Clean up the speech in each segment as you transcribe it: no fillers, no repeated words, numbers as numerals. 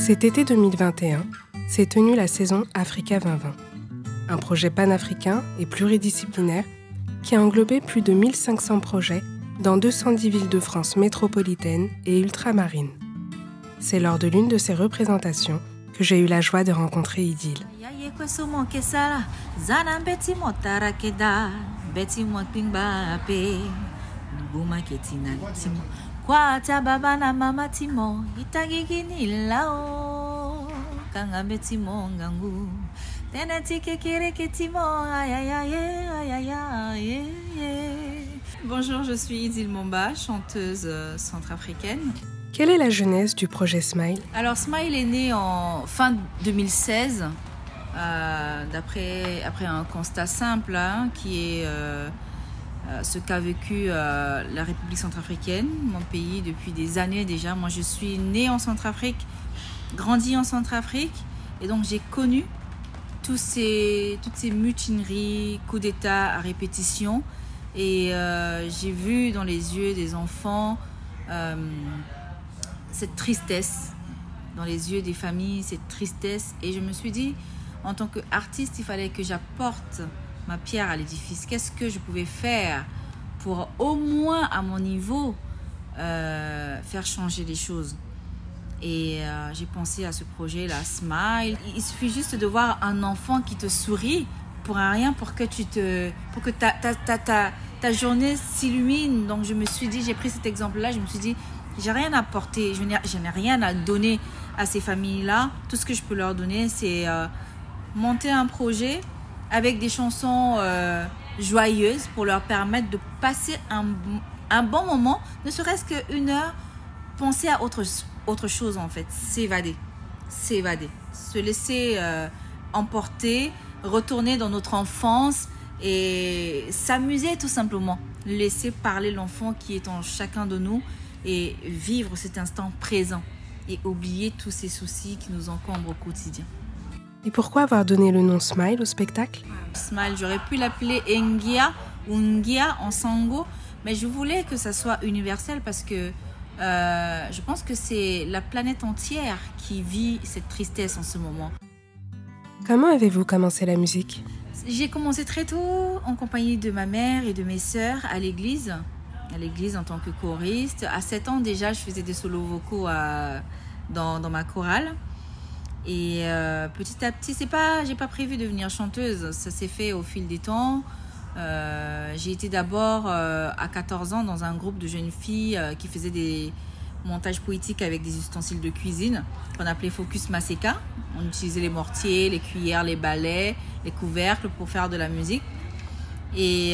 Cet été 2021 s'est tenue la saison Africa 2020, un projet panafricain et pluridisciplinaire qui a englobé plus de 1500 projets dans 210 villes de France métropolitaine et ultramarine. C'est lors de l'une de ces représentations que j'ai eu la joie de rencontrer Idylle. Bonjour, je suis Idylle Momba, chanteuse centrafricaine. Quelle est la genèse du projet Smile ? Alors Smile est né en fin 2016, après un constat simple qui est ce qu'a vécu la République centrafricaine, mon pays, depuis des années déjà. Moi, je suis née en Centrafrique, grandie en Centrafrique, et donc j'ai connu toutes ces mutineries, coups d'État à répétition, et j'ai vu dans les yeux des enfants cette tristesse, dans les yeux des familles, cette tristesse, et je me suis dit, en tant qu'artiste, il fallait que j'apporte ma pierre à l'édifice. Qu'est-ce que je pouvais faire pour, au moins à mon niveau, faire changer les choses? Et j'ai pensé à ce projet-là, Smile. Il suffit juste de voir un enfant qui te sourit pour un rien, pour que ta journée s'illumine. Donc je me suis dit, j'ai pris cet exemple-là, je me suis dit, j'ai rien à apporter, je n'ai rien à donner à ces familles-là. Tout ce que je peux leur donner, c'est monter un projet avec des chansons joyeuses pour leur permettre de passer un bon moment, ne serait-ce qu'une heure, penser à autre chose en fait, s'évader, se laisser emporter, retourner dans notre enfance et s'amuser tout simplement, laisser parler l'enfant qui est en chacun de nous et vivre cet instant présent et oublier tous ces soucis qui nous encombrent au quotidien. Et pourquoi avoir donné le nom Smile au spectacle ? Smile, j'aurais pu l'appeler Ngia ou Ngia en sango, mais je voulais que ça soit universel parce que je pense que c'est la planète entière qui vit cette tristesse en ce moment. Comment avez-vous commencé la musique ? J'ai commencé très tôt en compagnie de ma mère et de mes sœurs à l'église en tant que choriste. À 7 ans déjà, je faisais des solos vocaux dans ma chorale. Et petit à petit, j'ai pas prévu de devenir chanteuse. Ça s'est fait au fil des temps. J'ai été d'abord à 14 ans dans un groupe de jeunes filles qui faisaient des montages poétiques avec des ustensiles de cuisine qu'on appelait Focus Maseka. On utilisait les mortiers, les cuillères, les balais, les couvercles pour faire de la musique. Et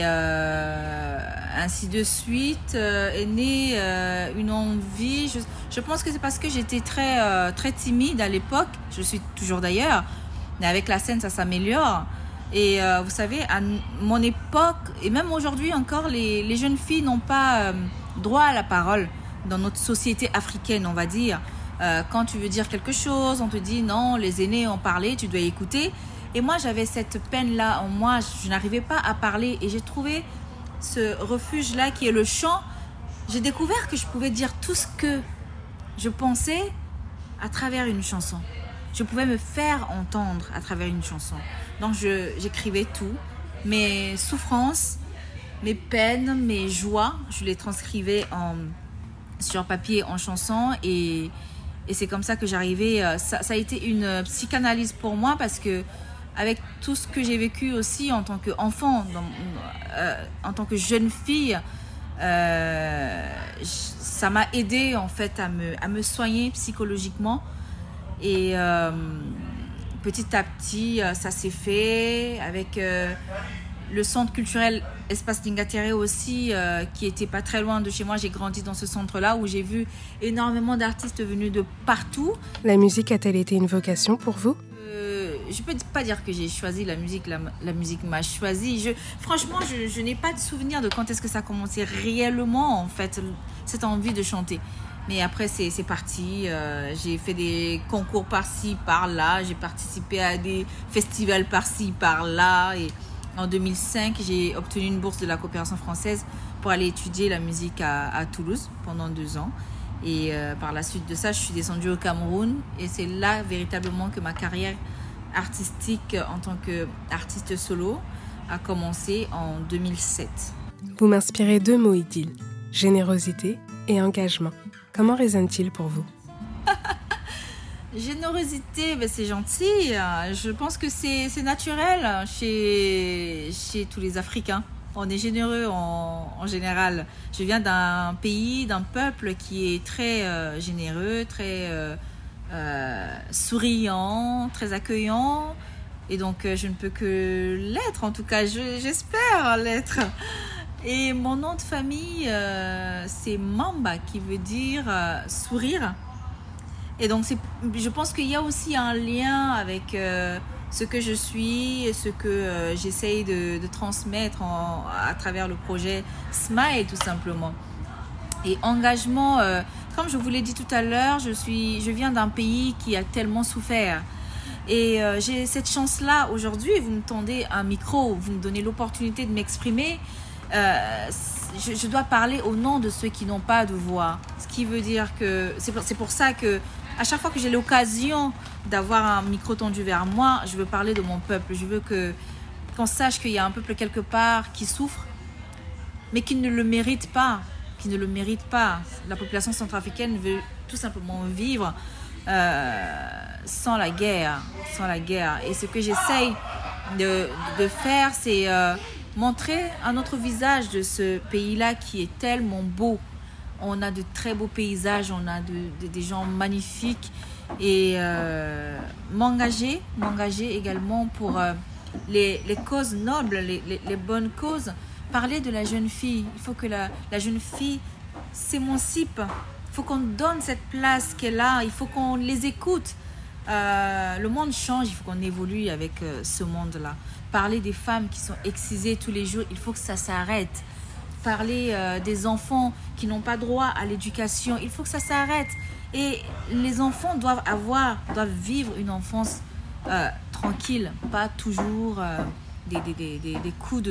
ainsi de suite est née une envie. Je pense que c'est parce que j'étais très timide à l'époque. Je suis toujours d'ailleurs. Mais avec la scène, ça s'améliore. Et vous savez, à mon époque, et même aujourd'hui encore, les jeunes filles n'ont pas droit à la parole dans notre société africaine, on va dire. Quand tu veux dire quelque chose, on te dit non, les aînés ont parlé, tu dois écouter. Et moi, j'avais cette peine-là en moi, je n'arrivais pas à parler. Et j'ai trouvé ce refuge-là qui est le chant. J'ai découvert que je pouvais dire tout ce que je pensais à travers une chanson. Je pouvais me faire entendre à travers une chanson. Donc, j'écrivais tout. Mes souffrances, mes peines, mes joies, je les transcrivais sur papier en chanson. Et c'est comme ça que j'arrivais. Ça a été une psychanalyse pour moi parce que avec tout ce que j'ai vécu aussi en tant qu'enfant, en tant que jeune fille, ça m'a aidée en fait à me soigner psychologiquement. Et petit à petit, ça s'est fait avec le centre culturel Espace Lingatere aussi, qui était pas très loin de chez moi. J'ai grandi dans ce centre-là où j'ai vu énormément d'artistes venus de partout. La musique a-t-elle été une vocation pour vous ? Je peux pas dire que j'ai choisi la musique, la musique m'a choisi. Franchement, je n'ai pas de souvenir de quand est-ce que ça a commencé réellement, en fait, cette envie de chanter. Mais après, c'est parti. J'ai fait des concours par-ci, par-là. J'ai participé à des festivals par-ci, par-là. Et en 2005, j'ai obtenu une bourse de la coopération française pour aller étudier la musique à Toulouse pendant 2 ans. Et par la suite de ça, je suis descendue au Cameroun. Et c'est là véritablement que ma carrière artistique en tant qu'artiste solo a commencé en 2007. Vous m'inspirez 2 mots, Idil, générosité et engagement. Comment résonnent-ils pour vous? Générosité, ben c'est gentil. Je pense que c'est naturel chez tous les Africains. On est généreux en général. Je viens d'un pays, d'un peuple qui est très généreux, très souriant, très accueillant. Et donc, je ne peux que l'être. En tout cas, j'espère l'être. Et mon nom de famille, c'est Mamba, qui veut dire sourire. Et donc, je pense qu'il y a aussi un lien avec ce que je suis, ce que j'essaye de transmettre à travers le projet Smile, tout simplement. Et engagement, comme je vous l'ai dit tout à l'heure, je viens d'un pays qui a tellement souffert. Et j'ai cette chance-là aujourd'hui. Vous me tendez un micro, vous me donnez l'opportunité de m'exprimer. Je dois parler au nom de ceux qui n'ont pas de voix. Ce qui veut dire que c'est pour ça que à chaque fois que j'ai l'occasion d'avoir un micro tendu vers moi, je veux parler de mon peuple. Je veux qu'on sache qu'il y a un peuple quelque part qui souffre, mais qui ne le mérite pas. La population centrafricaine veut tout simplement vivre sans la guerre. Et ce que j'essaye de faire, c'est montrer un autre visage de ce pays-là qui est tellement beau. On a de très beaux paysages, on a des gens magnifiques. Et m'engager également pour les causes nobles, les bonnes causes. Parler de la jeune fille. Il faut que la jeune fille s'émancipe. Il faut qu'on donne cette place qu'elle a. Il faut qu'on les écoute. Le monde change, il faut qu'on évolue avec ce monde-là. Parler des femmes qui sont excisées tous les jours, il faut que ça s'arrête. Parler des enfants qui n'ont pas droit à l'éducation, il faut que ça s'arrête. Et les enfants doivent vivre une enfance tranquille, pas toujours des coups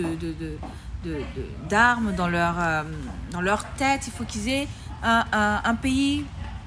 d'armes dans leur tête. Il faut qu'ils aient un pays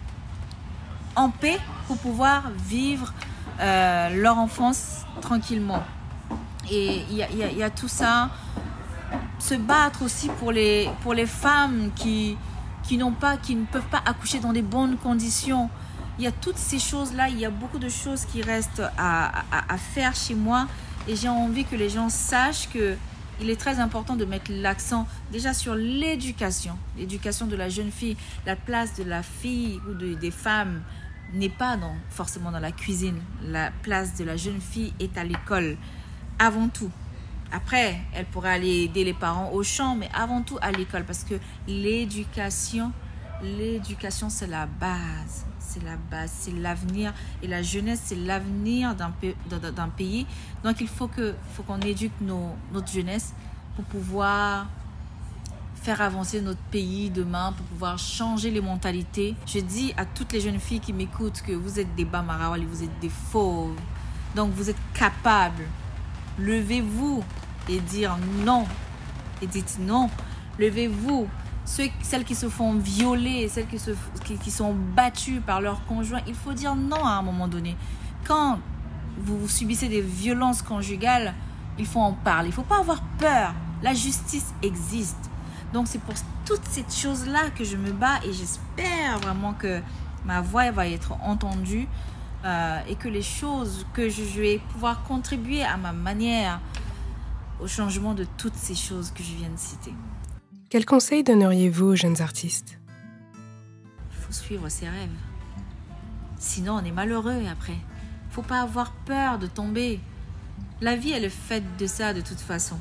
en paix pour pouvoir vivre leur enfance tranquillement. Et il y a tout ça. Se battre aussi pour les femmes qui ne peuvent pas accoucher dans des bonnes conditions. Il y a toutes ces choses-là. Il y a beaucoup de choses qui restent à faire chez moi. Et j'ai envie que les gens sachent qu'il est très important de mettre l'accent déjà sur l'éducation. L'éducation de la jeune fille. La place de la fille ou des femmes n'est pas forcément dans la cuisine. La place de la jeune fille est à l'école, avant tout. Après, elle pourrait aller aider les parents au champ, mais avant tout à l'école, parce que l'éducation, c'est la base. C'est l'avenir. Et la jeunesse, c'est l'avenir d'un pays. Donc, il faut qu'on éduque notre jeunesse pour pouvoir faire avancer notre pays demain, pour pouvoir changer les mentalités. Je dis à toutes les jeunes filles qui m'écoutent que vous êtes des Bamarawali, vous êtes des fauves. Donc, vous êtes capables. Levez-vous et dire non. Et dites non. Levez-vous. Celles qui se font violer, celles qui sont battues par leur conjoint, il faut dire non à un moment donné. Quand vous subissez des violences conjugales, il faut en parler. Il ne faut pas avoir peur. La justice existe. Donc, c'est pour toutes ces choses-là que je me bats et j'espère vraiment que ma voix va être entendue. Et que les choses que je vais pouvoir contribuer à ma manière au changement de toutes ces choses que je viens de citer. Quels conseils donneriez-vous aux jeunes artistes? Il faut suivre ses rêves. Sinon, on est malheureux après. Il ne faut pas avoir peur de tomber. La vie, elle est faite de ça de toute façon.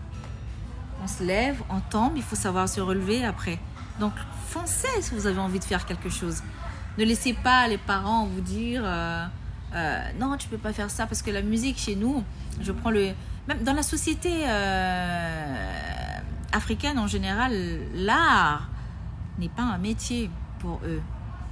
On se lève, on tombe, il faut savoir se relever après. Donc, foncez si vous avez envie de faire quelque chose. Ne laissez pas les parents vous dire non, tu peux pas faire ça, parce que la musique chez nous, même dans la société africaine en général, l'art n'est pas un métier pour eux.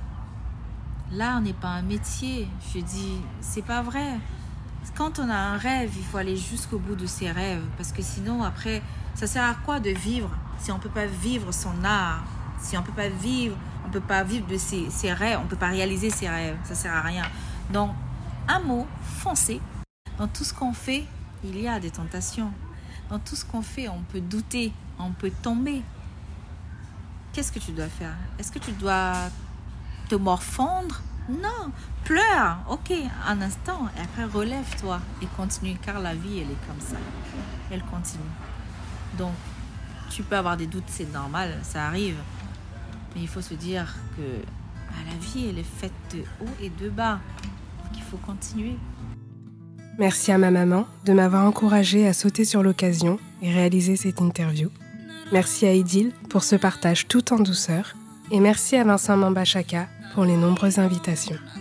L'art n'est pas un métier. Je dis, c'est pas vrai. Quand on a un rêve, il faut aller jusqu'au bout de ses rêves, parce que sinon après, ça sert à quoi de vivre si on peut pas vivre son art, si on peut pas vivre On ne peut pas vivre de ses rêves, on ne peut pas réaliser ses rêves, ça ne sert à rien. Donc, un mot, foncez. Dans tout ce qu'on fait, il y a des tentations. Dans tout ce qu'on fait, on peut douter, on peut tomber. Qu'est-ce que tu dois faire? Est-ce que tu dois te morfondre? Non, pleure, ok, un instant, et après relève-toi et continue, car la vie, elle est comme ça, elle continue. Donc, tu peux avoir des doutes, c'est normal, ça arrive, mais il faut se dire que la vie, elle est faite de haut et de bas, donc il faut continuer. Merci à ma maman de m'avoir encouragée à sauter sur l'occasion et réaliser cette interview. Merci à Idil pour ce partage tout en douceur, et merci à Vincent Mambachaka pour les nombreuses invitations.